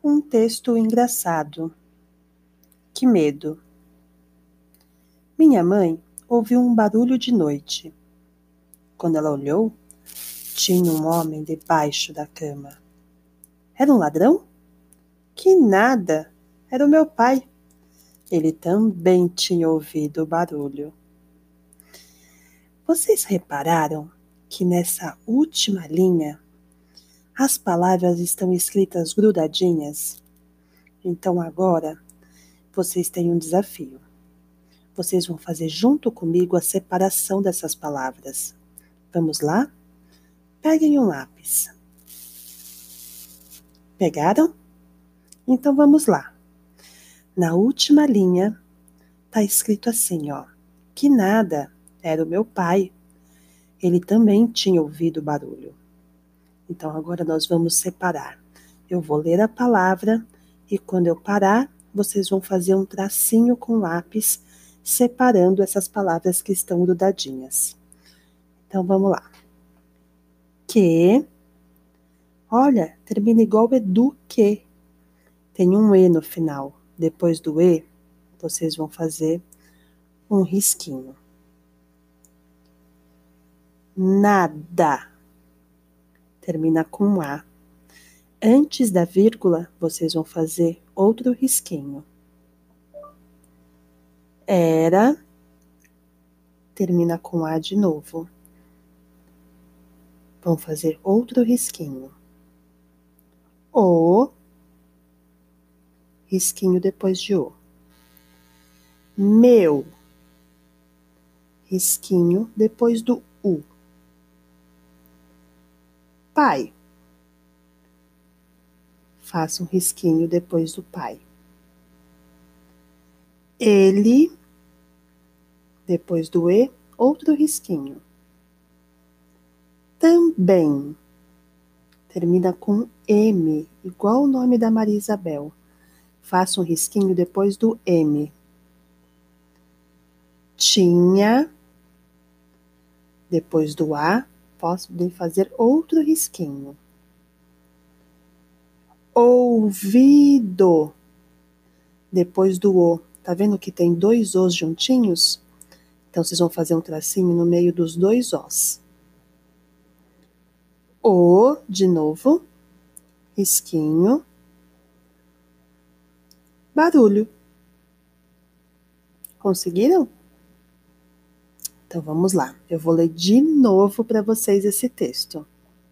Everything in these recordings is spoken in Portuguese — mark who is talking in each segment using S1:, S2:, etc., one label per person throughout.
S1: Um texto engraçado. Que medo. Minha mãe ouviu um barulho de noite. Quando ela olhou, tinha um homem debaixo da cama. Era um ladrão? Que nada! Era o meu pai. Ele também tinha ouvido o barulho. Vocês repararam que nessa última linha as palavras estão escritas grudadinhas? Então agora vocês têm um desafio. Vocês vão fazer junto comigo a separação dessas palavras. Vamos lá? Peguem um lápis. Pegaram? Então vamos lá. Na última linha está escrito assim, ó. Que nada, era o meu pai. Ele também tinha ouvido o barulho. Então agora nós vamos separar. Eu vou ler a palavra e quando eu parar, vocês vão fazer um tracinho com lápis, separando essas palavras que estão grudadinhas. Então vamos lá. Que, olha, termina igual eduque. Tem um E no final. Depois do E, vocês vão fazer um risquinho. Nada. Termina com A. Antes da vírgula, vocês vão fazer outro risquinho. Era. Termina com A de novo. Vão fazer outro risquinho. O. Risquinho depois de O. Meu. Risquinho depois do U. Pai. Faça um risquinho depois do pai. Ele. Depois do E, outro risquinho. Também. Termina com M, igual o nome da Maria Isabel. Faça um risquinho depois do M. Tinha. Depois do A, posso fazer outro risquinho. Ouvido. Depois do O. Tá vendo que tem dois Os juntinhos? Então, vocês vão fazer um tracinho no meio dos dois Os. O, de novo. Risquinho. Barulho. Conseguiram? Então, vamos lá. Eu vou ler de novo para vocês esse texto.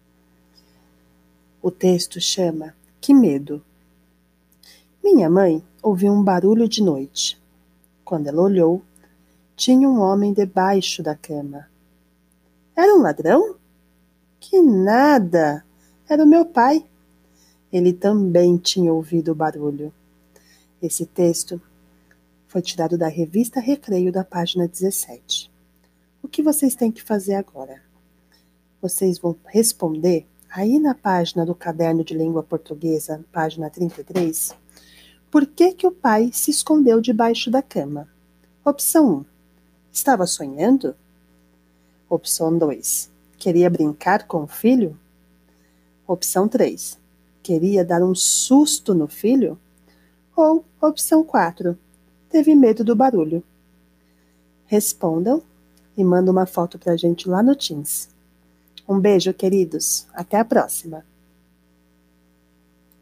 S1: O texto chama Que Medo. Minha mãe ouviu um barulho de noite. Quando ela olhou, tinha um homem debaixo da cama. Era um ladrão? Que nada! Era o meu pai. Ele também tinha ouvido o barulho. Esse texto foi tirado da revista Recreio, da página 17. O que vocês têm que fazer agora? Vocês vão responder aí na página do Caderno de Língua Portuguesa, página 33, por que o pai se escondeu debaixo da cama? Opção 1. Estava sonhando? Opção 2. Queria brincar com o filho? Opção 3. Queria dar um susto no filho? Ou opção 4. Teve medo do barulho? Respondam e mandem uma foto pra gente lá no Teams. Um beijo, queridos. Até a próxima.